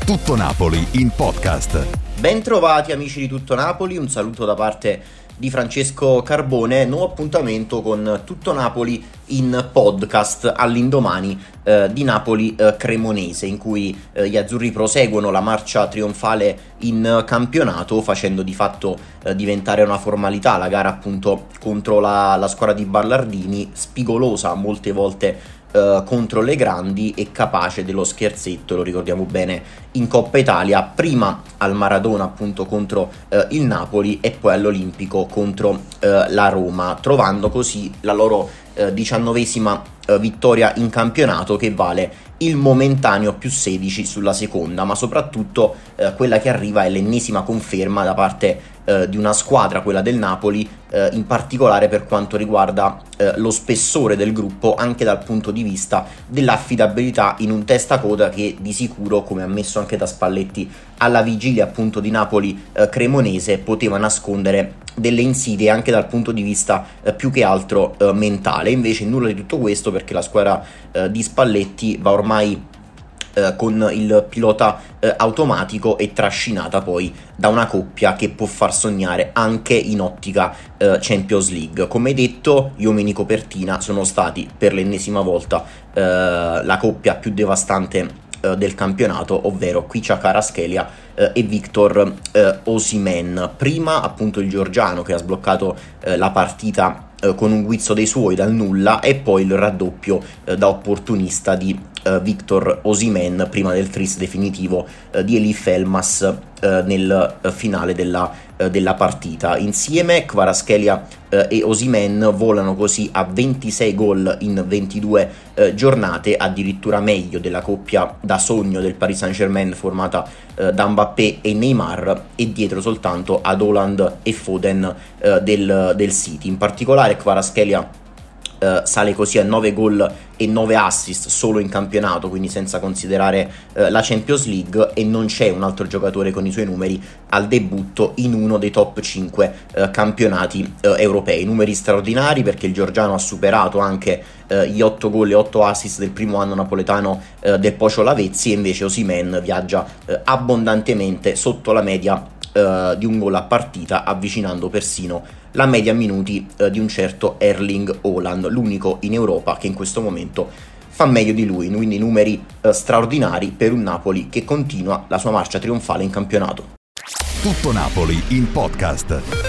Tutto Napoli in podcast. Bentrovati amici di Tutto Napoli, un saluto da parte di Francesco Carbone, nuovo appuntamento con Tutto Napoli in podcast all'indomani di Napoli Cremonese, in cui gli azzurri proseguono la marcia trionfale in campionato, facendo di fatto diventare una formalità la gara appunto contro la squadra di Ballardini, spigolosa molte volte contro le grandi e capace dello scherzetto, lo ricordiamo bene, in Coppa Italia, prima al Maradona appunto contro il Napoli e poi all'Olimpico contro la Roma, trovando così la loro 19ª vittoria in campionato, che vale il momentaneo più 16 sulla seconda, ma soprattutto quella che arriva è l'ennesima conferma da parte di una squadra, quella del Napoli, in particolare per quanto riguarda lo spessore del gruppo, anche dal punto di vista dell'affidabilità in un testacoda che di sicuro, come ammesso anche da Spalletti alla vigilia appunto di Napoli Cremonese, poteva nascondere delle insidie anche dal punto di vista più che altro mentale. Invece nulla di tutto questo, perché la squadra di Spalletti va ormai con il pilota automatico e trascinata poi da una coppia che può far sognare anche in ottica Champions League. Come detto, Iomini Copertina sono stati per l'ennesima volta la coppia più devastante del campionato, ovvero Khvicha Kvaratskhelia e Victor Osimhen. Prima appunto il georgiano che ha sbloccato la partita con un guizzo dei suoi dal nulla, e poi il raddoppio da opportunista di Victor Osimhen prima del tris definitivo di Elif Elmas nel finale della partita. Insieme Kvaratskhelia e Osimhen volano così a 26 gol in 22 giornate, addirittura meglio della coppia da sogno del Paris Saint-Germain formata da Mbappé e Neymar, e dietro soltanto ad Haaland e Foden del City. In particolare Kvaratskhelia sale così a 9 gol e 9 assist solo in campionato, quindi senza considerare la Champions League, e non c'è un altro giocatore con i suoi numeri al debutto in uno dei top 5 campionati europei. Numeri straordinari, perché il georgiano ha superato anche gli 8 gol e 8 assist del primo anno napoletano del Pocio Lavezzi, e invece Osimhen viaggia abbondantemente sotto la media di un gol a partita, avvicinando persino la media minuti di un certo Erling Haaland, l'unico in Europa che in questo momento fa meglio di lui. Quindi numeri straordinari per un Napoli che continua la sua marcia trionfale in campionato. Tutto Napoli in podcast.